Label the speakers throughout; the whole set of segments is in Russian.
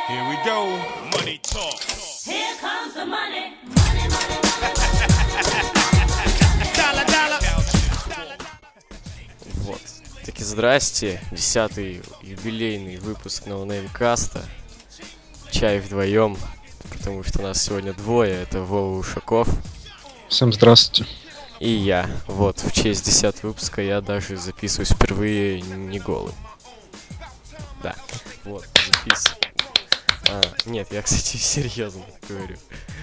Speaker 1: Here we go. Money talk.
Speaker 2: Here comes the money. Money, money, money.
Speaker 1: Dollar, dollar.
Speaker 3: Вот. Таки здрасте. 10-й юбилейный выпуск Ноунеймкаста. Чай вдвоем, потому что нас сегодня двое. Это Вова Ушаков.
Speaker 4: Всем здравствуйте.
Speaker 3: И я. Вот, в честь 10-го выпуска я даже записываюсь впервые не голым. Да. Вот, записываю. Нет, я, кстати, серьезно говорю.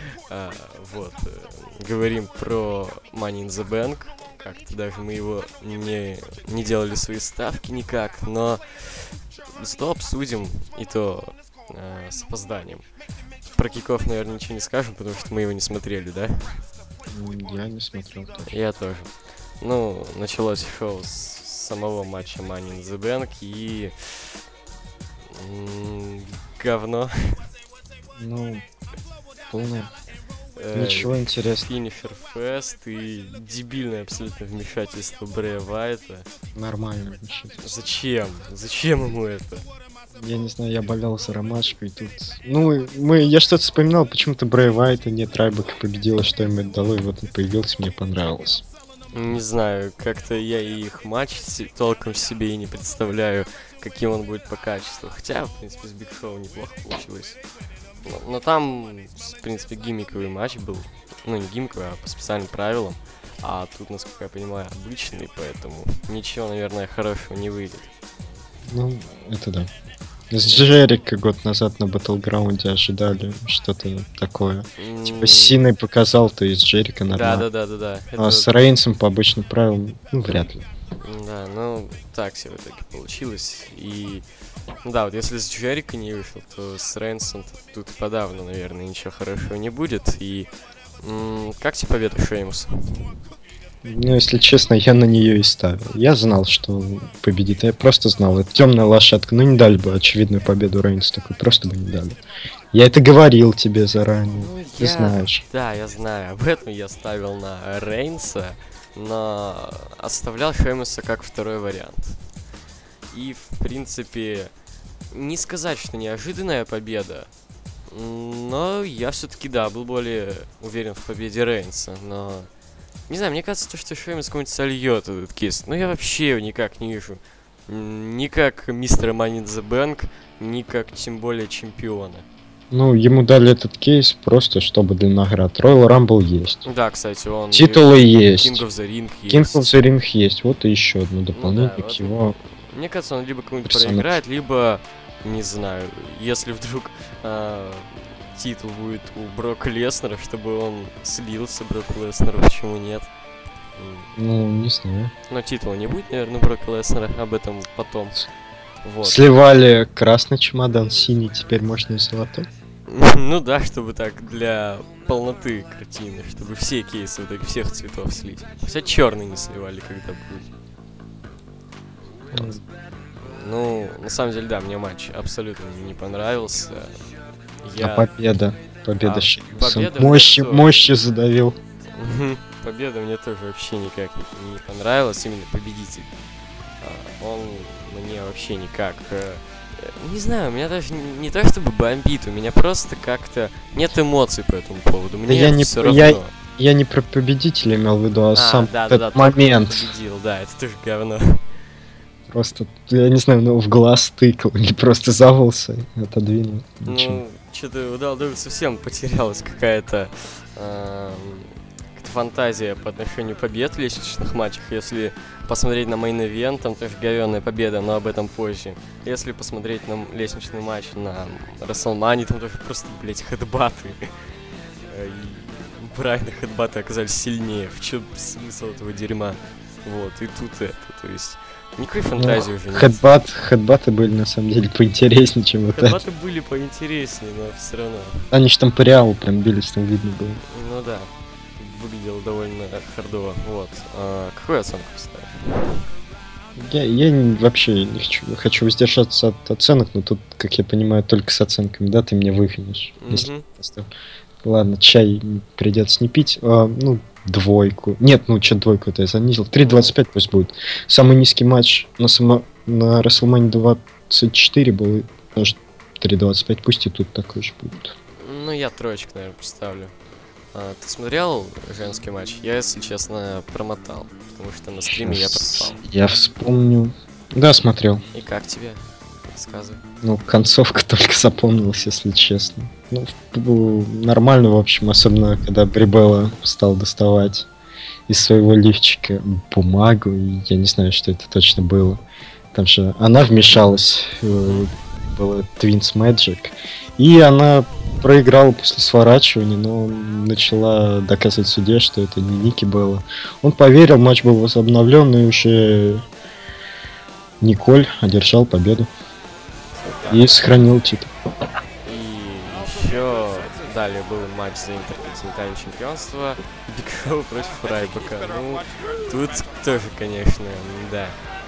Speaker 3: Говорим про Money in the Bank. Как-то даже мы его не делали свои ставки никак, но зато обсудим, и то с опозданием. Про киков, наверное, ничего не скажем, потому что мы его не смотрели, да?
Speaker 4: Я не смотрел тоже.
Speaker 3: Я тоже. Ну, началось шоу с самого матча Money in the Bank и... говно.
Speaker 4: Ну, полное. Ничего интересного.
Speaker 3: Финишер Фест и дебильное абсолютно вмешательство Брэя Вайта.
Speaker 4: Нормально вообще.
Speaker 3: Зачем? Зачем ему это?
Speaker 4: Я не знаю, я болел за ромашку и тут... Я что-то вспоминал, почему-то Брэй Вайта нет, Райбека победила, что им это дало, и вот он появился, мне понравилось.
Speaker 3: Не знаю, как-то я и их матч толком себе и не представляю, каким он будет по качеству. Хотя, в принципе, с Биг Шоу неплохо получилось. Но там, в принципе, гиммиковый матч был. Ну, не гиммиковый, а по специальным правилам. А тут, насколько я понимаю, обычный, поэтому ничего, наверное, хорошего не выйдет.
Speaker 4: Ну, это да. С Джерика год назад на Батлграунде ожидали что-то такое. Типа Синой показал, то из Джерика нормально.
Speaker 3: Да.
Speaker 4: А с Рейнсом по обычным правилам, вряд ли.
Speaker 3: Да, ну, так себе в итоге получилось. И, да, вот если с Джерика не вышел, то с Рейнсом тут подавно, наверное, ничего хорошего не будет. И как тебе победа Шеймуса?
Speaker 4: Ну, если честно, я на нее и ставил. Я знал, что он победит. Я просто знал. Это темная лошадка. Ну, не дали бы очевидную победу Рейнсу такой. Просто бы не дали. Я это говорил тебе заранее. Ты знаешь.
Speaker 3: Да, я знаю. Об этом я ставил на Рейнса, но оставлял Шеймуса как второй вариант. И, в принципе, не сказать, что неожиданная победа, но я все-таки, да, был более уверен в победе Рейнса, но... Не знаю, мне кажется, что Шеймус какой-нибудь сольет этот кейс. Но я вообще его никак не вижу. Ни как мистера Money in the Bank, ни как тем более чемпиона.
Speaker 4: Ну, ему дали этот кейс просто, чтобы для наград. Royal Rumble есть.
Speaker 3: Да, кстати, он...
Speaker 4: Титулы есть.
Speaker 3: King of the Ring есть.
Speaker 4: King of the Ring есть. Вот и еще одно дополнение к
Speaker 3: вот
Speaker 4: его...
Speaker 3: Мне кажется, он либо кому-нибудь
Speaker 4: персонаж
Speaker 3: проиграет, либо, не знаю, если вдруг титул будет у Брока Леснера, чтобы он слился Броку Леснеру, почему нет?
Speaker 4: Ну, не знаю.
Speaker 3: Но титула не будет, наверное, у Брока Леснера, об этом потом. Вот.
Speaker 4: Сливали красный чемодан, синий, теперь можно и золотой.
Speaker 3: Ну да, чтобы так, для полноты картины, чтобы все кейсы вот так всех цветов слить. Хотя черный не сливали, когда будет. Вот. Ну, на самом деле, да, мне матч абсолютно не понравился.
Speaker 4: А победа? Победа
Speaker 3: победа
Speaker 4: мощи задавил.
Speaker 3: Победа мне тоже вообще никак не понравилась, именно победитель. Он мне вообще никак... Не знаю, у меня даже не то чтобы бомбит, у меня просто как-то нет эмоций по этому поводу. Мне все равно.
Speaker 4: Я не про победителя имел в виду, а сам
Speaker 3: да,
Speaker 4: этот момент.
Speaker 3: Победил, да, это тоже говно.
Speaker 4: Просто, я не знаю, в глаз тыкал или просто за волосы отодвинул.
Speaker 3: Ну, что-то удал совсем потерялась какая-то фантазия по отношению побед в лестничных матчах. Если посмотреть на мейн-ивент, там тоже говёная победа, но об этом позже. Если посмотреть на лестничный матч на WrestleMania, там тоже просто, блять, хэдбаты. И правильно, хэдбаты оказались сильнее. В чем смысл этого дерьма? Вот, и тут это, то есть... Никакой фантазии уже нет.
Speaker 4: Хэдбаты были на самом деле поинтереснее, чем вот это.
Speaker 3: Хэдбаты были поинтереснее, но все равно.
Speaker 4: Они ж там по реалу прям бились, там видно было.
Speaker 3: Ну да, выглядело довольно хардово. Вот. Какую оценку ставишь?
Speaker 4: Я вообще не хочу воздержаться от оценок, но тут, как я понимаю, только с оценками, да, ты меня выкинешь. Ладно, чай придется не пить. Двойку. Нет, что двойку это я занизил. 3.25 пусть будет. Самый низкий матч на WrestleMania 24 был аж 4.25, пусть и тут такой же будет.
Speaker 3: Ну, я троечку, наверное, поставлю. Ты смотрел женский матч? Я, если честно, промотал, потому что на стриме я проспал.
Speaker 4: Я вспомню. Да, смотрел.
Speaker 3: И как тебе? Рассказывай.
Speaker 4: Ну, концовка только запомнилась, если честно. Ну, нормально, в общем, особенно когда Брибелла стал доставать из своего лифчика бумагу, и я не знаю, что это точно было. Там же она вмешалась, было Twins Magic, и она проиграла после сворачивания, но начала доказывать судье, что это не Ники было. Он поверил, матч был возобновлен, и уже Николь одержал победу. И сохранил титул.
Speaker 3: И еще далее был матч за интерконтинентальное чемпионство. Биг Шоу против Райбека. Ну, тут тоже, конечно, да.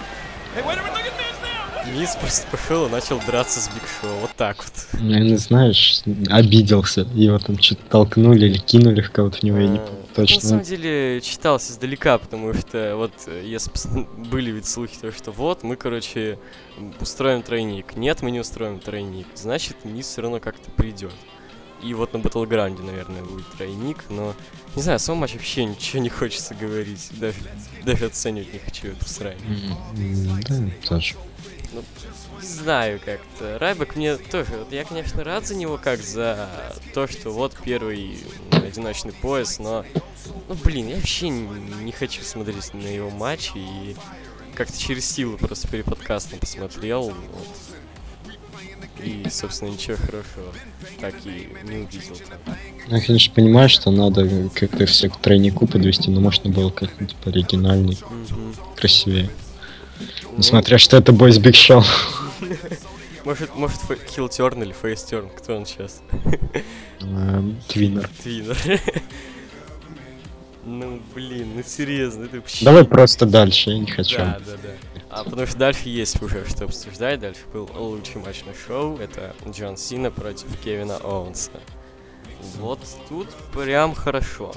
Speaker 3: Мисс просто пошел и начал драться с Биг Шоу. Вот так вот.
Speaker 4: Наверное, знаешь, обиделся. Его там что-то толкнули или кинули в кого-то в него, я не помню точно.
Speaker 3: На самом деле читался издалека, потому что вот если были ведь слухи, то, что вот мы, короче, устроим тройник. Нет, мы не устроим тройник. Значит, Мисс все равно как-то придет. И вот на Батлграунде, наверное, будет тройник, но не знаю, сам матч вообще ничего не хочется говорить. Даже оценивать не хочу эту срань.
Speaker 4: Да, тоже.
Speaker 3: Ну, не знаю как-то. Райбек мне тоже, вот я, конечно, рад за него, как за то, что вот первый одиночный пояс, но, ну, блин, я вообще не хочу смотреть на его матчи, и как-то через силу просто перед подкастом посмотрел, вот, и, собственно, ничего хорошего так и не увидел там.
Speaker 4: Я, конечно, понимаю, что надо как-то все к тройнику подвести, но можно было как-нибудь пооригинальней, красивее. Несмотря, что это бой с Биг Шоу.
Speaker 3: Может Хилл Терн или Фейс Терн? Кто он сейчас?
Speaker 4: Твиннер.
Speaker 3: Твиннер. Ну, блин, ну серьезно, это вообще...
Speaker 4: Давай просто дальше, я не хочу.
Speaker 3: Да. Потому что дальше есть уже что обсуждать. Дальше был лучший матч на шоу. Это Джон Сина против Кевина Оуэнса. Вот тут прям хорошо.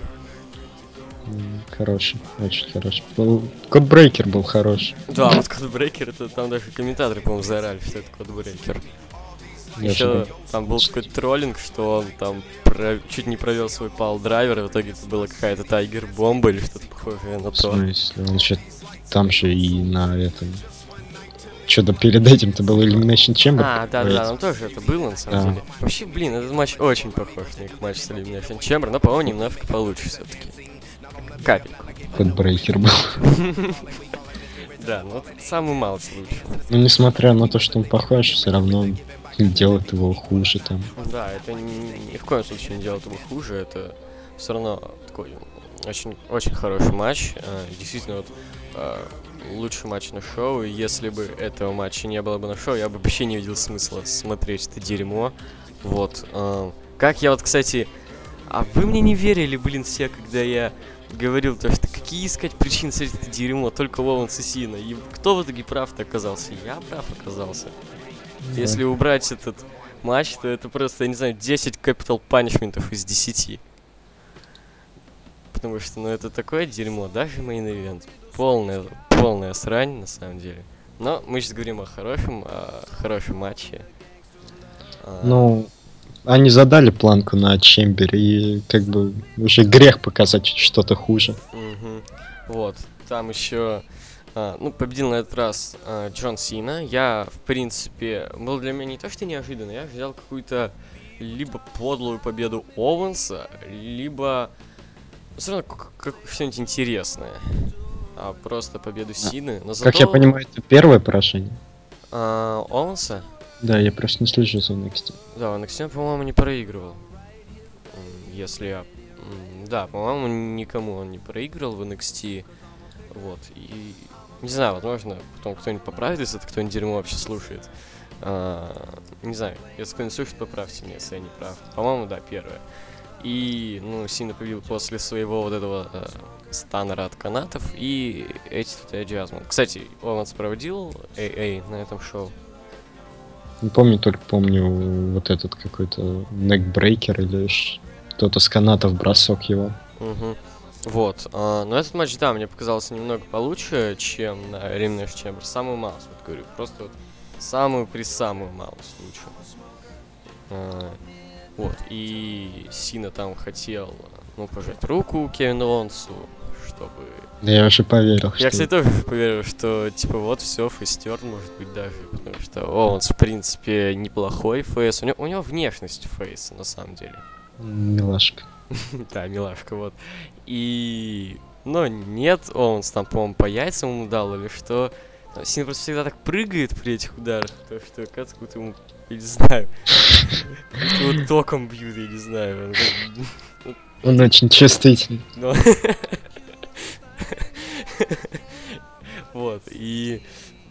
Speaker 4: Хороший, очень хороший. Кодбрейкер был хороший.
Speaker 3: Да, вот Кодбрейкер, это там даже комментаторы, по-моему, заорали, что это Кодбрейкер. Еще там был такой троллинг, что он там чуть не провел свой пал-драйвер, и в итоге это была какая-то тайгер-бомба или что-то похожее на то.
Speaker 4: В смысле? Он еще там же и на этом... Что-то перед этим-то был Elimination Chamber.
Speaker 3: Да, там тоже это было, на самом деле. Вообще, блин, этот матч очень похож на их матч с Elimination Chamber, но, по-моему, немножко получше все-таки. Капельку.
Speaker 4: Кодбрейкер был.
Speaker 3: Да, ну самый малый случай.
Speaker 4: Ну, несмотря на то, что он похож, все равно делает его хуже там.
Speaker 3: Да, это ни в коем случае не делает его хуже, это все равно такой очень, очень хороший матч. Действительно, вот лучший матч на шоу, и если бы этого матча не было бы на шоу, я бы вообще не видел смысла смотреть это дерьмо. Вот. Как я вот, кстати... А вы мне не верили, блин, все, когда я говорил, то, что какие искать причины смотреть это дерьмо, только Оуэнс и Сина. И кто в итоге прав-то оказался? Я прав оказался. Да. Если убрать этот матч, то это просто, я не знаю, 10 Capital Punishment'ов из 10. Потому что, ну, это такое дерьмо, даже мейн-ивент. Полная срань, на самом деле. Но мы сейчас говорим о хорошем матче.
Speaker 4: Ну, они задали планку на Чембере, и как бы уже грех показать что-то хуже.
Speaker 3: Вот, там еще... победил на этот раз Джон Сина. Я, в принципе, был для меня не то что неожиданно, я взял какую-то либо подлую победу Оуэнса, либо все равно что-нибудь интересное. Просто победу Сины. Но зато...
Speaker 4: Как я понимаю, это первое поражение?
Speaker 3: Оуэнса?
Speaker 4: Да, я просто не слежу за NXT.
Speaker 3: Да, NXT он, по-моему, не проигрывал. Если я... Да, по-моему, никому он не проигрывал в NXT. Вот, и... Не знаю, возможно, потом кто-нибудь поправит, если это кто-нибудь дерьмо вообще слушает. Не знаю, если кто-нибудь слушает, поправьте меня, если я не прав. По-моему, да, первое. И, Сина победил после своего вот этого станнера от канатов и Attitude Adjustment. Кстати, Оуэнс проводил AA на этом шоу.
Speaker 4: Не помню, только помню вот этот какой-то neckbreaker или что-то с канатов, бросок его.
Speaker 3: Вот, но этот матч, да, мне показался немного получше, чем на Elimination Chamber. Самую малость, вот говорю, просто вот самую малость лучше. Вот, и Сина там хотел, пожать руку Кевину Оуэнсу, чтобы...
Speaker 4: Да я уже поверил,
Speaker 3: Я,
Speaker 4: что...
Speaker 3: кстати, тоже поверил, что, вот, все, фейстерн может быть даже, потому что Оуэнс, в принципе, неплохой фейс. У него внешность фейса, на самом деле.
Speaker 4: Милашка.
Speaker 3: Да, милашка, вот. Но нет, Оуэнс там, по-моему, по яйцам ему дал или что. Сина просто всегда так прыгает при этих ударах, то что как будто ему, я не знаю, его током бьют, я не знаю.
Speaker 4: Он очень чувствительный.
Speaker 3: Вот, и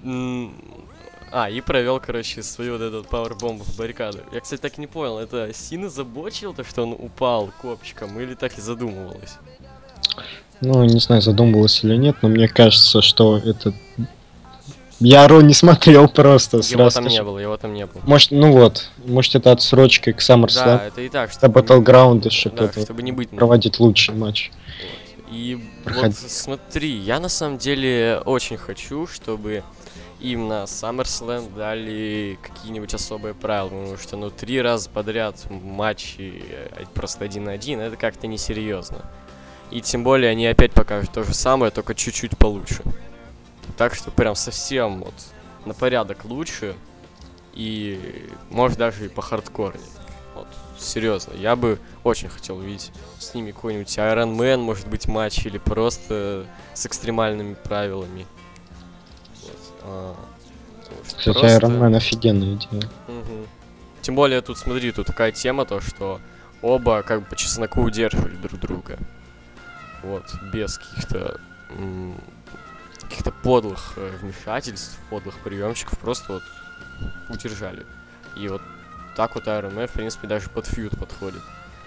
Speaker 3: провел, короче, свою вот этот пауэрбомбу в баррикаду. Я, кстати, так и не понял, это Сина забочил то, что он упал копчиком, или так и задумывалось?
Speaker 4: Ну, не знаю, задумывалось или нет, но мне кажется, что это... Я Ро не смотрел просто.
Speaker 3: Его там не было.
Speaker 4: Может это отсрочкой к SummerSlam.
Speaker 3: Да, это и так,
Speaker 4: чтобы Battleground,
Speaker 3: чтобы не быть...
Speaker 4: проводить лучший матч.
Speaker 3: И вот смотри, я на самом деле очень хочу, чтобы им на SummerSlam дали какие-нибудь особые правила, потому что, 3 раза подряд матчи просто 1 на 1, это как-то несерьезно. И тем более они опять покажут то же самое, только чуть-чуть получше. Так что прям совсем вот на порядок лучше. И может даже и по хардкорнее. Вот, серьезно, я бы очень хотел увидеть с ними какой-нибудь Iron Man, может быть, матч, или просто с экстремальными правилами. Вот,
Speaker 4: кстати, Iron Man офигенная идея.
Speaker 3: Угу. Тем более тут, смотри, тут такая тема, то что оба как бы по чесноку удерживали друг друга. Вот, без каких-то подлых вмешательств, подлых приемчиков, просто вот удержали. И вот так вот Iron Man, в принципе, даже под фьюд подходит.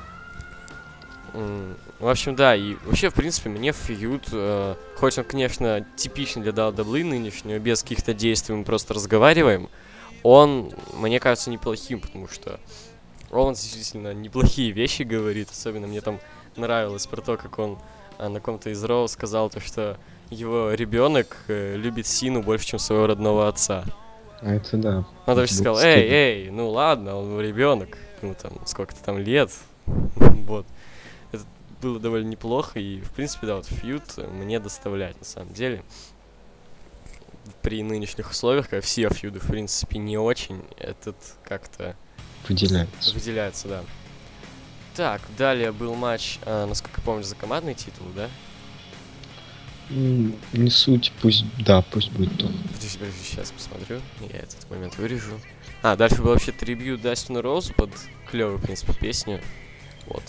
Speaker 3: В общем, да, и вообще, в принципе, мне фьюд, хоть он, конечно, типичный для WWE нынешнего, без каких-то действий мы просто разговариваем, он, мне кажется, неплохим, потому что он действительно неплохие вещи говорит, особенно мне там нравилось про то, как он на каком-то из Роу сказал то, что его ребенок любит Сину больше, чем своего родного отца.
Speaker 4: А это да.
Speaker 3: Он даже сказал, эй, ну ладно, он ребенок, там, сколько-то там лет, вот. Это было довольно неплохо, и, в принципе, да, вот фьюд мне доставляет, на самом деле. При нынешних условиях, когда все фьюды, в принципе, не очень, этот как-то... Выделяется, да. Так, далее был матч, насколько я помню, за командный титул, да?
Speaker 4: Не суть, пусть будет то.
Speaker 3: Подожди, сейчас посмотрю, я этот момент вырежу. Дальше был вообще трибьют Дастину Роузу под клевую, в принципе, песню. Вот.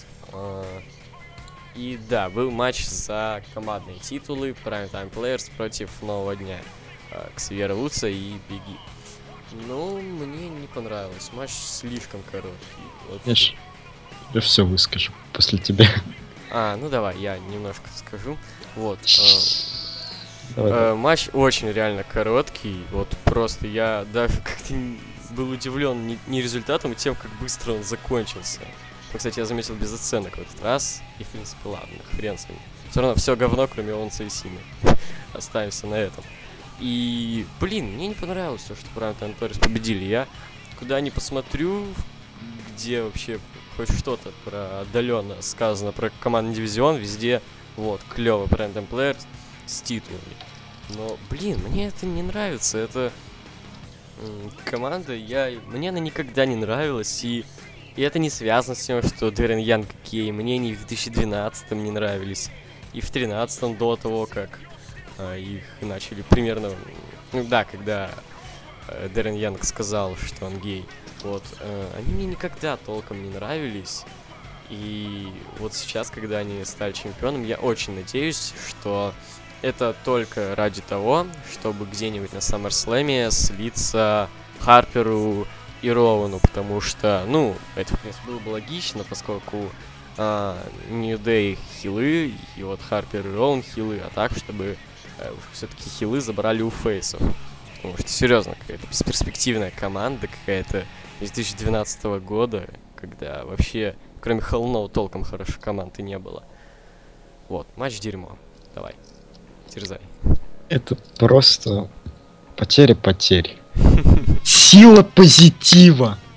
Speaker 3: И да, был матч за командные титулы Primetime Players против Нового Дня. Ксавьера Вудса и Бигги. Мне не понравилось. Матч слишком короткий. Вот.
Speaker 4: Я все выскажу после тебя.
Speaker 3: Давай, я немножко скажу. Вот.
Speaker 4: Давай.
Speaker 3: Матч очень реально короткий. Вот просто я даже как-то был удивлен не результатом, а тем, как быстро он закончился. Кстати, я заметил без оценок в этот раз. И, в принципе, ладно, хрен с ним. Все равно все говно, кроме Оуэнса и Сины. Оставимся на этом. И, мне не понравилось то, что Primetime Players победили. Я куда ни посмотрю, где вообще хоть что-то отдаленно сказано про командный дивизион, везде вот, клево Primetime Players с титулами. Но, мне это не нравится. Это команда, мне она никогда не нравилась. И это не связано с тем, что Дэрен Янг гей. Мне они в 2012-м не нравились. И в 2013-м до того, как их начали примерно... когда Дэрен Янг сказал, что он гей. Вот, они мне никогда толком не нравились. И вот сейчас, когда они стали чемпионом, я очень надеюсь, что это только ради того, чтобы где-нибудь на SummerSlam'е слиться Харперу и Роуэну, потому что, это, в принципе, было бы логично, поскольку New Day хилы, и вот Харпер и Роуэн хилы, а так, чтобы все-таки хилы забрали у фейсов. Потому что, серьезно, какая-то бесперспективная команда какая-то из 2012 года, когда вообще, кроме Hell No, толком хороших команд и не было. Вот, матч дерьмо. Давай, терзай.
Speaker 4: Это просто потеря потерь. Сила позитива.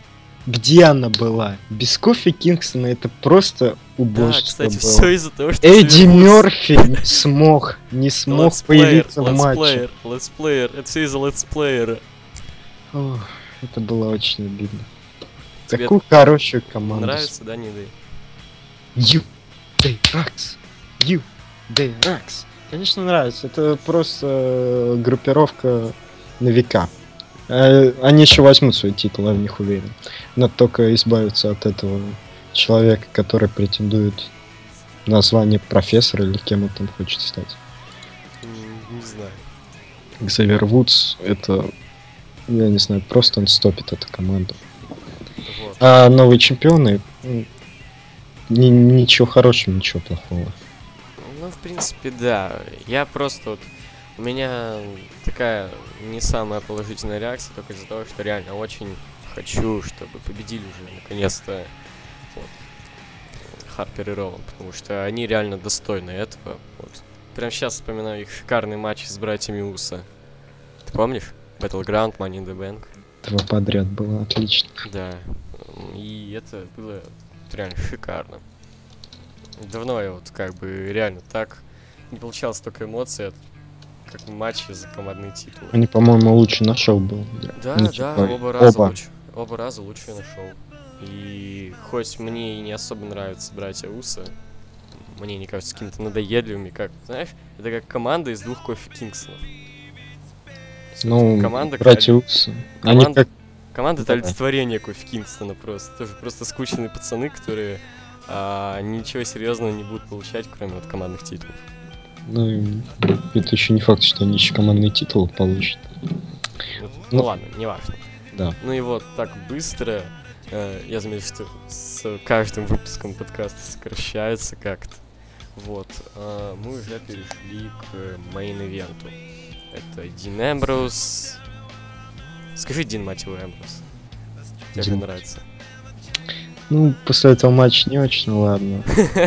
Speaker 4: Где она была? Без Кофи Кингстона это просто
Speaker 3: Да,
Speaker 4: убожество
Speaker 3: кстати,
Speaker 4: было.
Speaker 3: все из-за того, что...
Speaker 4: Эдди
Speaker 3: Xavier Woods-
Speaker 4: Мерфи не смог появиться в матче.
Speaker 3: Летсплеер, это все из-за летсплеера.
Speaker 4: Ох, это было очень обидно.
Speaker 3: Тебе
Speaker 4: Такую хорошую команду.
Speaker 3: Нравится, да, Ниды?
Speaker 4: You, they rocks. You, they rocks. Конечно, нравится. Это просто группировка на века. Они еще возьмут свой титул, я в них уверен. Надо только избавиться от этого человека, который претендует на звание профессора или кем он там хочет стать.
Speaker 3: Не знаю.
Speaker 4: Xavier Woods, это, я не знаю, просто он стопит эту команду.
Speaker 3: Вот.
Speaker 4: А новые чемпионы, ничего хорошего, ничего плохого.
Speaker 3: Ну, в принципе, да. Я просто вот... У меня такая не самая положительная реакция, только из-за того, что реально очень хочу, чтобы победили уже наконец-то вот, Харпер и Ролан, потому что они реально достойны этого. Вот. Прям сейчас вспоминаю их шикарный матч с братьями Уса. Ты помнишь? Battleground, Money in the Bank.
Speaker 4: 2 подряд было отлично.
Speaker 3: Да. И это было реально шикарно. Давно я вот как бы реально так не получал столько эмоций от как в матче за командный титул.
Speaker 4: Они, по-моему, лучше на шоу был.
Speaker 3: Да,
Speaker 4: Ну,
Speaker 3: да,
Speaker 4: типа,
Speaker 3: оба раза лучше я нашел. И хоть мне и не особо нравятся братья Уса, мне не кажется какими-то надоедливыми, как, знаешь, это как команда из 2 Кофи Кингстонов.
Speaker 4: Ну,
Speaker 3: команда,
Speaker 4: братья Укс. Они
Speaker 3: команда-
Speaker 4: как...
Speaker 3: Команда это
Speaker 4: Давай.
Speaker 3: олицетворение Кофи Кингстона просто. Тоже просто скучные пацаны, которые ничего серьезного не будут получать, кроме вот командных титулов.
Speaker 4: Ну, это еще не факт, что они еще командный титул получат.
Speaker 3: Вот. Ну
Speaker 4: Ну,
Speaker 3: ладно, не важно.
Speaker 4: Да.
Speaker 3: Ну и вот так быстро, я заметил, что с каждым выпуском подкаста сокращается как-то. Вот, мы уже перешли к мейн-ивенту. Это Дин Эмброуз. Скажи, Дин, мать его, Эмброуз. Тебе же
Speaker 4: Дин.
Speaker 3: нравится.
Speaker 4: Ну, после этого матча не очень, ну ладно.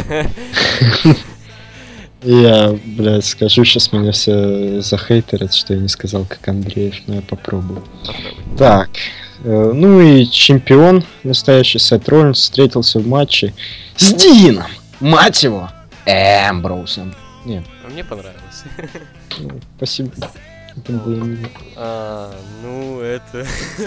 Speaker 4: Я, блядь, скажу, сейчас меня все захейтерят, что я не сказал, как Андреев, но я попробую.
Speaker 3: Попробуй.
Speaker 4: Так, ну и чемпион настоящий Сет Роллинс встретился в матче с Дином, мать его, Эмброузом. Нет,
Speaker 3: А мне понравилось.
Speaker 4: ну, спасибо. Это было мило.
Speaker 3: Ну, это...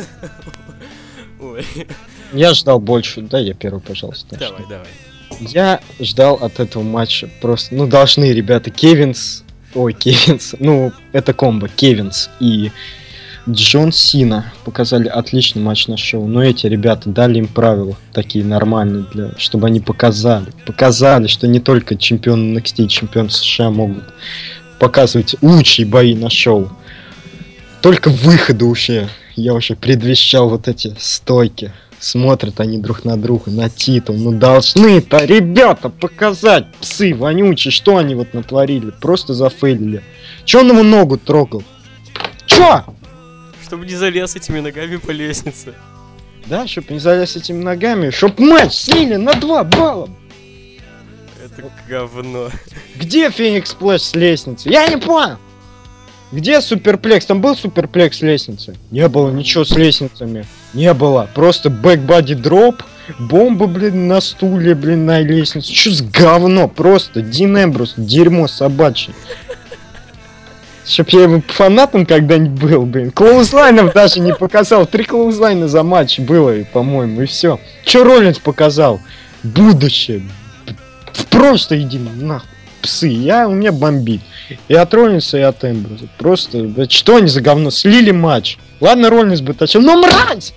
Speaker 3: Ой,
Speaker 4: Я ждал больше. Да, я первый, пожалуйста.
Speaker 3: давай.
Speaker 4: Я ждал от этого матча просто... Ну, должны, ребята, Кевинс... Ой, Кевинс. Ну, это комбо. Кевинс и Джон Сина показали отличный матч на шоу. Но эти ребята дали им правила такие нормальные, чтобы они показали, что не только чемпионы NXT и чемпионы США могут показывать лучшие бои на шоу. Только выходы вообще. Я уже предвещал вот эти стойки. Смотрят они друг на друга, на титул. Ну должны-то ребята показать, псы вонючие, что они вот натворили. Просто зафейлили. Чё он ему ногу трогал? Чё?
Speaker 3: Чтобы не залез этими ногами по лестнице.
Speaker 4: Да, чтоб не залез этими ногами, чтоб матч слили на 2 балла.
Speaker 3: Это говно.
Speaker 4: Где Феникс Сплэш с лестницы? Я не понял. Где суперплекс? Там был суперплекс с лестницей? Не было ничего с лестницами. Не было. Просто бэкбади дроп, бомба, блин, на стуле, блин, на лестнице. Чё за говно? Просто Дин Эмброуз, дерьмо собачье. Чтоб я его фанатом когда-нибудь был, блин. Клоузлайнов даже не показал. 3 клоузлайна за матч было, по-моему, и все. Чё Роллинс показал? Будущее. Просто иди нахуй. Псы, у меня бомбит. И от Роллинса, и от Эмброуза. Просто, блядь, что они за говно? Слили матч. Ладно, Роллинс бы тащил, но мразь!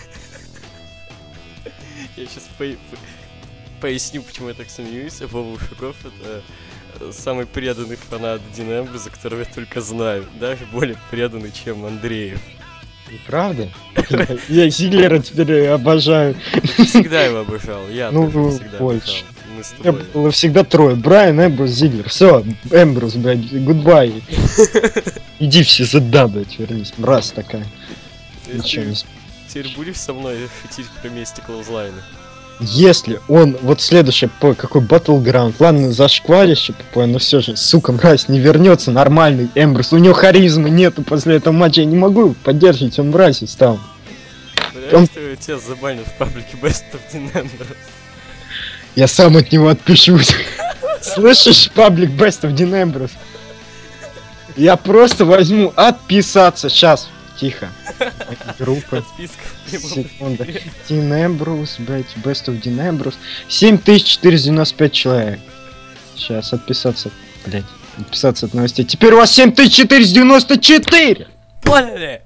Speaker 3: Я сейчас поясню, почему я так смеюсь. Вова Ушаков — это самый преданный фанат Дина Эмброуза, которого я только знаю. Даже более преданный, чем Андреев.
Speaker 4: Правда? Я Зиглера теперь обожаю.
Speaker 3: Ты всегда его обожал. Я
Speaker 4: Ну,
Speaker 3: тоже всегда
Speaker 4: больше.
Speaker 3: обожал. Мы с
Speaker 4: У меня
Speaker 3: тобой.
Speaker 4: было всегда 3. Брайан, Эмброуз, Зиглер. Все, Эмброуз, блядь, гудбай. Иди все зада, блядь, вернись. Мразь такая. Ничего не
Speaker 3: Теперь будешь со мной шутить про мести Клоузлайна?
Speaker 4: Если он, вот следующий, какой Battleground, ладно, зашкварище, но все же, сука, мразь, не вернется нормальный Эмброуз, у него харизмы нету после этого матча, я не могу его поддерживать, он мразью стал.
Speaker 3: Бля, представляешь, что тебя забанят в паблике Best of Dinambros?
Speaker 4: Я сам от него отпишусь. Слышишь, паблик Best of Dinambros? Я просто возьму отписаться. Сейчас, тихо. Группа.
Speaker 3: Подписка в прямом
Speaker 4: Секунда.
Speaker 3: эфире.
Speaker 4: Dinambros, блять, Best of Dinambros. 7495 человек. Сейчас отписаться, блять. Отписаться от новостей. Теперь у вас 7494!
Speaker 3: Поняли?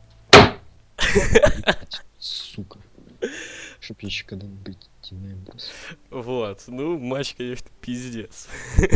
Speaker 4: Сука. Чтоб я еще когда-нибудь быть Dinambros.
Speaker 3: Вот, ну, матч, конечно, пиздец.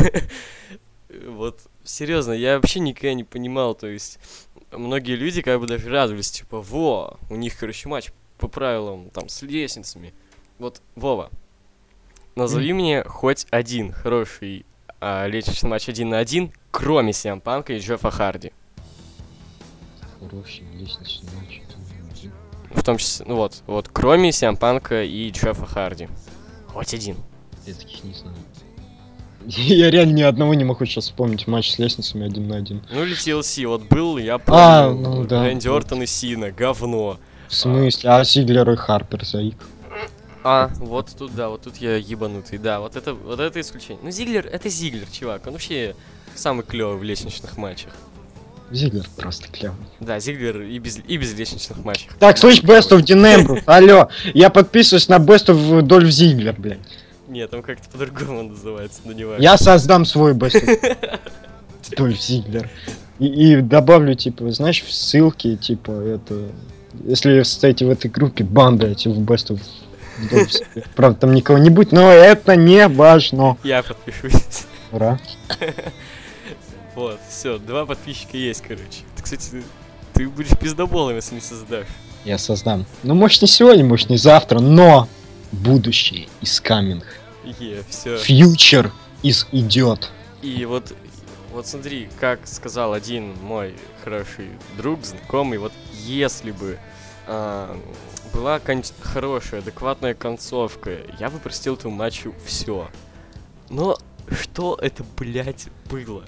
Speaker 3: Вот, серьезно, я вообще никогда не понимал, то есть, многие люди как бы даже радовались, типа, во, у них, короче, матч по правилам, там, с лестницами. Вот, Вова, назови мне хоть один хороший лестничный матч 1 на 1, кроме CM Панка и Джеффа Харди.
Speaker 4: Хороший лестничный матч.
Speaker 3: В том числе, ну вот, кроме CM Панка и Джеффа Харди. Хоть один.
Speaker 4: Я таких не знаю. Я реально ни одного не могу сейчас вспомнить матч с лестницами 1 на 1.
Speaker 3: Ну или TLC, вот был, я помню,
Speaker 4: ну да.
Speaker 3: Рэнди Ортон и Сина, говно.
Speaker 4: В смысле? А Зиглер и Харпер заик.
Speaker 3: Вот тут, да, вот тут я ебанутый, да, вот это исключение. Ну, Зиглер, это Зиглер, чувак, он вообще самый клевый в лестничных матчах.
Speaker 4: Зиглер просто клевый.
Speaker 3: Да, Зиглер и без лестничных матчах.
Speaker 4: Так, слышь, Best of Dinambros, алло, я подписываюсь на Best of Дольф Зиглер, блядь.
Speaker 3: Нет, там как-то по-другому называется, но не важно.
Speaker 4: Я создам свой Best of Дольф Зиглер. И добавлю, типа, знаешь, в ссылке, типа, это... Если состоите в этой группе, бан, блядь, в Best of Дольф Зиглер. Правда, там никого не будет, но это не важно.
Speaker 3: Я подпишусь.
Speaker 4: Ура.
Speaker 3: Вот, все, 2 подписчика есть, короче. Ты, кстати, ты будешь пиздоболом, если не создашь.
Speaker 4: Я создам. Ну, может, не сегодня, может, не завтра, но будущее is coming.
Speaker 3: Все.
Speaker 4: Future is идет.
Speaker 3: И вот смотри, как сказал один мой хороший друг, знакомый, вот если бы была хорошая, адекватная концовка, я бы простил этому матчу все. Но что это, блядь, было?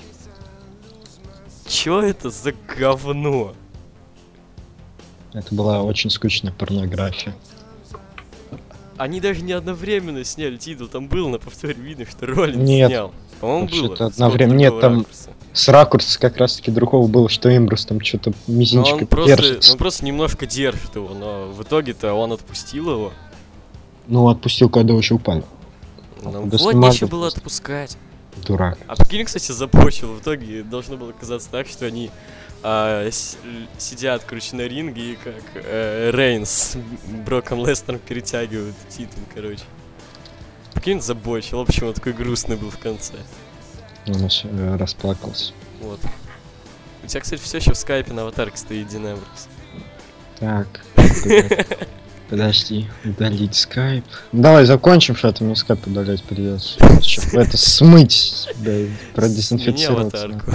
Speaker 3: Чё это за говно?
Speaker 4: Это была очень скучная порнография.
Speaker 3: Они даже не одновременно сняли титул, там было на повторе видно, что Роллинс
Speaker 4: Нет.
Speaker 3: снял. По-моему, было.
Speaker 4: Вообще-то одновременно. Нет, там с ракурса как раз-таки другого было, что Эмбрус там что-то
Speaker 3: Но
Speaker 4: мизинчиком
Speaker 3: он
Speaker 4: держится.
Speaker 3: просто немножко держит его, но в итоге-то он отпустил его.
Speaker 4: Ну, отпустил, когда уже упали.
Speaker 3: Ну,
Speaker 4: Да
Speaker 3: вот
Speaker 4: снимали
Speaker 3: нечего было
Speaker 4: просто.
Speaker 3: отпускать.
Speaker 4: Дурак.
Speaker 3: А прикинь, кстати, започил. В итоге должно было казаться так, что они сидят, короче, на ринге и как Рейнс с Броком Лестером перетягивают титул, короче. Прикинь, забочил. В общем, он такой грустный был в конце.
Speaker 4: Он аж расплакался.
Speaker 3: Вот. У тебя, кстати, все еще в скайпе на аватарке стоит Dinambros.
Speaker 4: Так. Подожди, удалить скайп. Давай закончим, что это мне скайп удалять придется. Чтобы это смыть, да, и
Speaker 3: Смени
Speaker 4: продезинфицироваться.
Speaker 3: аватарку.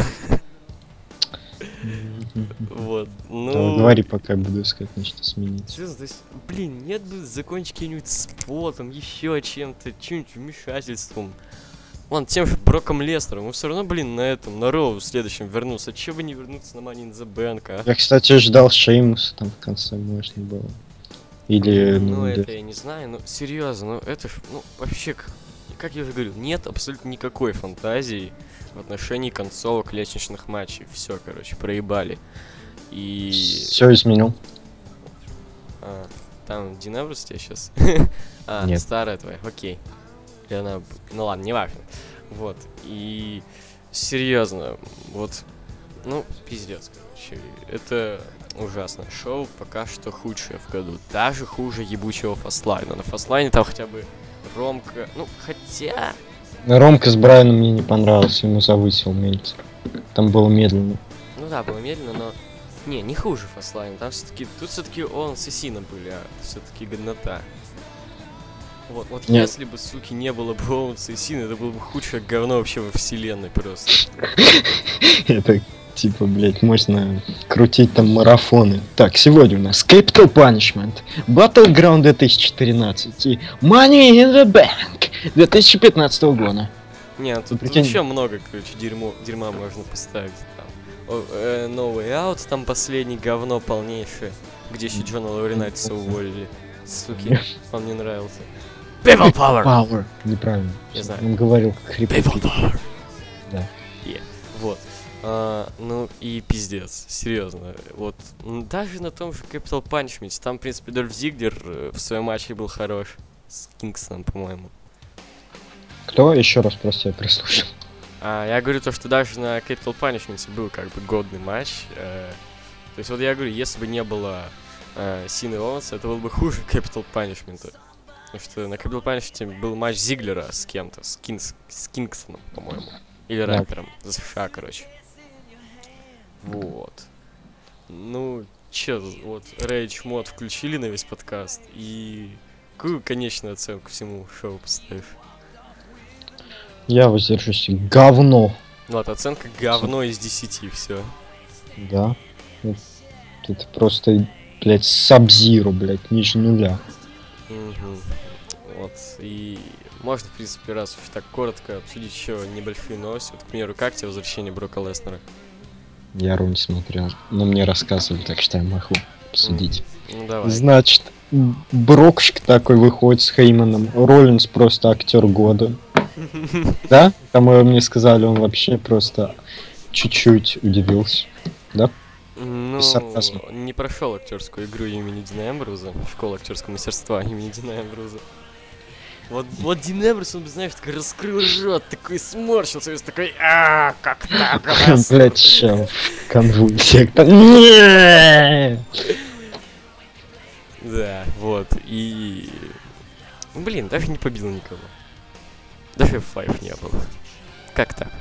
Speaker 3: Вот.
Speaker 4: Давай,
Speaker 3: Ну...
Speaker 4: говори, пока я буду искать нечто сменить.
Speaker 3: Серьезно, то есть, блин, нет бы закончить каким-нибудь спотом, еще чем-то, чем-нибудь вмешательством. Ладно, тем же Броком Лестером, он все равно, блин, на этом, на Роу в следующем вернулся. Че бы не вернуться на Money in the Bank, а?
Speaker 4: Я, кстати, ждал Шеймуса там в конце, можно было. Или...
Speaker 3: Ну,
Speaker 4: где-то.
Speaker 3: это я не знаю, ну, серьезно, ну, это ж, ну, вообще, как я уже говорю, нет абсолютно никакой фантазии в отношении концовок лестничных матчей. Все, короче, проебали. И...
Speaker 4: Все изменил.
Speaker 3: Там Dinambros тебе сейчас?
Speaker 4: Нет.
Speaker 3: Старая твоя, окей. И она... Ну ладно, не важно. Вот. И серьезно, вот, ну, пиздец, короче. Это ужасно. Шоу пока что худшее в году. Даже хуже ебучего Фастлайна. На Фастлайне там хотя бы Ромка... Ну, хотя...
Speaker 4: Ромка с Брайаном мне не понравился, ему завысил Мельцер. Там было медленно.
Speaker 3: Ну да, было медленно, но... Не хуже Фастлайна. Там все-таки... Тут все-таки он с Сина были, а все-таки годнота. Вот
Speaker 4: Нет.
Speaker 3: если бы, суки, не было бы Оуэнса и Сина, это было бы худшее говно вообще во вселенной просто.
Speaker 4: Это типа, блять, можно крутить там марафоны. Так, сегодня у нас Capital Punishment, Battleground 2013 и Money in the Bank 2015 года.
Speaker 3: Не, тут
Speaker 4: Прикинь.
Speaker 3: еще много, короче, дерьма можно поставить там. No Way Out, там последний говно полнейшее. где еще Джона Лауринайтиса уволили. Суки, он мне нравился. People Power!
Speaker 4: Power. Неправильно.
Speaker 3: Я знаю.
Speaker 4: Он говорил как хриплый.
Speaker 3: People Power!
Speaker 4: Да.
Speaker 3: Вот. Ну и пиздец, серьезно. Вот даже на том же Capital Punishment, там, в принципе, Дольф Зиглер в своем матче был хорош. С Кингстоном, по-моему.
Speaker 4: Кто? Еще раз просто я прислушал.
Speaker 3: Я говорю то, что даже на Capital Punishment был как бы годный матч. То есть вот я говорю, если бы не было Сины Оуэнса, это был бы хуже Capital Punishment. Потому что на Capital Punishment был матч Зиглера с кем-то, с Кингстоном, по-моему. Или
Speaker 4: Да.
Speaker 3: рэпером. За США, короче. Вот. Ну, чё, вот Rage мод включили на весь подкаст. И какую конечную оценку всему шоу поставишь?
Speaker 4: Я воздержусь. Говно.
Speaker 3: Вот, оценка говно из 10, все.
Speaker 4: Да. Вот это просто, блядь, Sub-Zero, блядь, ниже нуля.
Speaker 3: Вот, и можно, в принципе, раз уж так коротко обсудить еще небольшие новости. Вот, к примеру, как тебе возвращение Брока Леснера?
Speaker 4: Я Ру не смотрел, но мне рассказывали, так что я могу обсудить.
Speaker 3: Ну, давай.
Speaker 4: Значит, Брокшик такой выходит с Хейманом. Роллинс просто актер года. Да? Там мне сказали, он вообще просто чуть-чуть удивился. Да?
Speaker 3: Ну,
Speaker 4: Без сарказма.
Speaker 3: не прошел актерскую игру имени Дина Эмбруза, школу актерского мастерства имени Дина Эмбруза. Вот Дин Эмбруз, он, знаешь, такой раскрыл рот, такой сморщился, и такой, как так,
Speaker 4: Блять, ща конвульсия. Не!
Speaker 3: Да, вот, и... Блин, даже не побил никого. Даже F5 не было. Как так?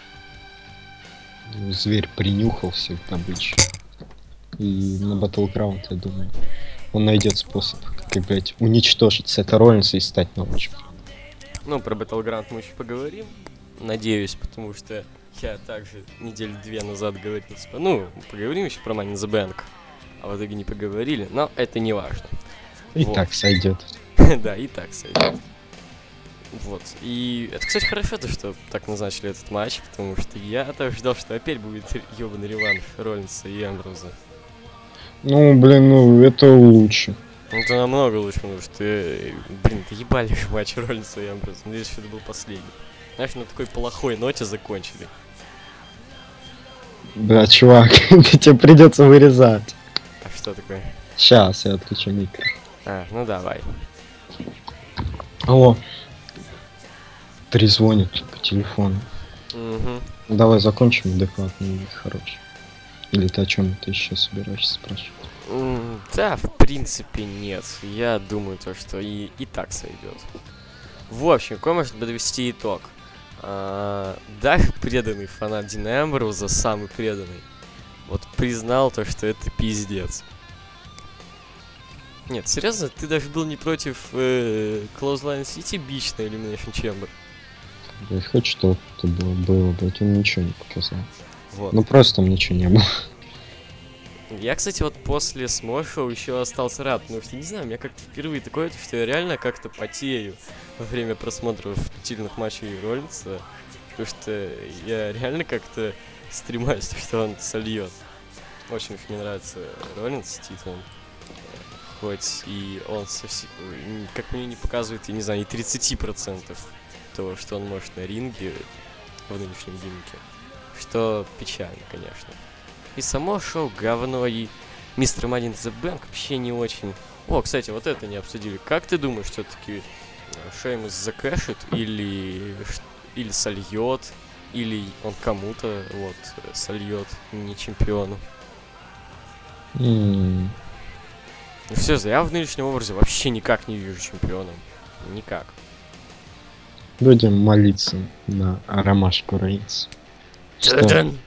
Speaker 4: Зверь принюхался к добыче. И на Battleground, я думаю, он найдет способ, как, блять, уничтожить Сета Роллинса и стать новым чемпионом.
Speaker 3: Ну, про Battleground мы еще поговорим. Надеюсь, потому что я также недели 2 назад говорил, типа, ну, поговорим еще про Money in the Bank. А в итоге не поговорили, но это не важно.
Speaker 4: И
Speaker 3: Вот.
Speaker 4: так сойдет.
Speaker 3: Да, и так сойдет. Вот. И это, кстати, хорошо, то, что так назначили этот матч, потому что я так ждал, что опять будет ёбаный реванш Роллинса и Эмбруза.
Speaker 4: Ну, блин, ну это лучше.
Speaker 3: Ну, это намного лучше, потому что, блин, это ебали же матч Роллинса и Эмбруза. Надеюсь, что это был последний. Знаешь, на такой плохой ноте закончили.
Speaker 4: Да, чувак, тебе придется вырезать.
Speaker 3: А что такое?
Speaker 4: Сейчас я отключу микро.
Speaker 3: Ну давай.
Speaker 4: Алло. Трезвонит по телефону.
Speaker 3: Угу.
Speaker 4: Давай закончим адекватно и хороший. Или ты о чем ты еще собираешься спрашивать?
Speaker 3: Да, в принципе, нет. Я думаю, то, что и так сойдет. В общем, какой можно подвести итог? Даже преданный фанат Дина Эмбруза, самый преданный, вот признал то, что это пиздец. Нет, серьезно, ты даже был не против Clothesline City Beach на Elimination Chamber?
Speaker 4: Блять, хоть что-то было, блять, он ничего не показал.
Speaker 3: Вот.
Speaker 4: Ну просто там ничего не было.
Speaker 3: Я, кстати, вот после Смош-шоу еще остался рад, потому что, не знаю, у меня как-то впервые такое, что я реально как-то потею во время просмотров титульных матчей Роллинса, потому что я реально как-то стремаюсь, что он сольет. Очень уж мне нравится Роллинс с титулом, хоть и он совсем, как мне не показывает, я не знаю, и 30% того, что он может на ринге в нынешнем гиммике, что печально, конечно. И само шоу говно, и Мистер Money in the Bank вообще не очень. О, кстати, вот это не обсудили. Как ты думаешь, все-таки Шеймус закэшит или сольет, или он кому-то вот сольет, не чемпиону? Ну все, я в нынешнем образе вообще никак не вижу чемпионом. Никак.
Speaker 4: Будем молиться на ромашку Рейнс.
Speaker 3: Что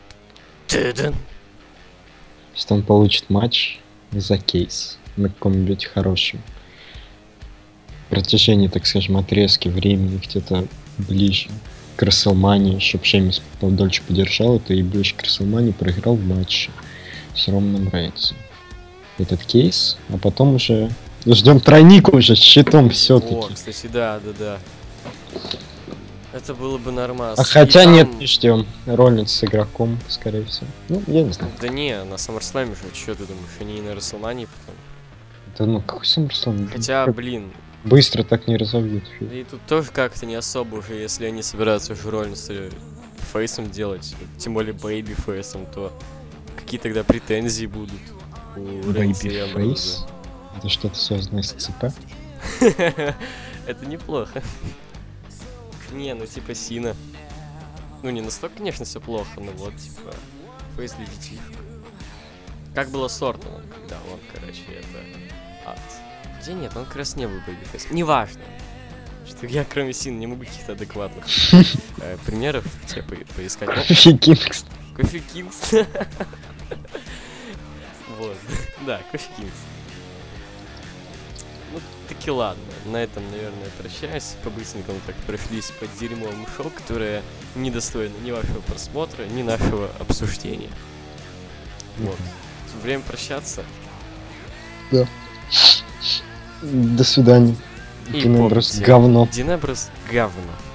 Speaker 4: он получит матч за кейс на каком-нибудь хорошем протяжении, так скажем, отрезки времени, где-то ближе к Расселмании, чтобы Шеймус подольше подержал это и ближе к Расселмании проиграл в матче с Романом Рейнсом. Этот кейс, а потом уже ждем тройник уже с щитом все-таки.
Speaker 3: О, кстати, да. Это было бы нормально.
Speaker 4: А хотя нет, не ждем. Роллинс с игроком, скорее всего. Ну, я не знаю.
Speaker 3: Да не, на SummerSlam же, что ты думаешь, они и на WrestleMania потом?
Speaker 4: Да ну, какой SummerSlam?
Speaker 3: Хотя,
Speaker 4: Как
Speaker 3: блин,
Speaker 4: быстро так не разовьют.
Speaker 3: да и тут тоже как-то не особо уже, если они собираются уже Роллинса фейсом делать, тем более бэйби фейсом, то какие тогда претензии будут у Рейнса и
Speaker 4: Babyface?
Speaker 3: Амброза?
Speaker 4: Это что-то связанное с ЦП?
Speaker 3: Это неплохо. Не, ну типа Сина. Ну не настолько, конечно, все плохо, но вот типа фейс для детей. Как было с Ортоном, когда он, короче, это... Хотя нет, он как раз не был бэйбифейсом. Неважно. Что я, кроме Сина, не могу каких-то адекватных примеров тебе поискать.
Speaker 4: Кофе Кингс.
Speaker 3: Кофе Кингс. Вот. Да, Кофе Кингс. Ну, таки ладно. На этом, наверное, прощаюсь. По-быстренькому так прошлись по дерьмовому шоу, которое недостойно ни вашего просмотра, ни нашего обсуждения. Вот. Время прощаться.
Speaker 4: Да. До свидания.
Speaker 3: И
Speaker 4: Динеброс
Speaker 3: помните,
Speaker 4: говно.
Speaker 3: Динеброс говно.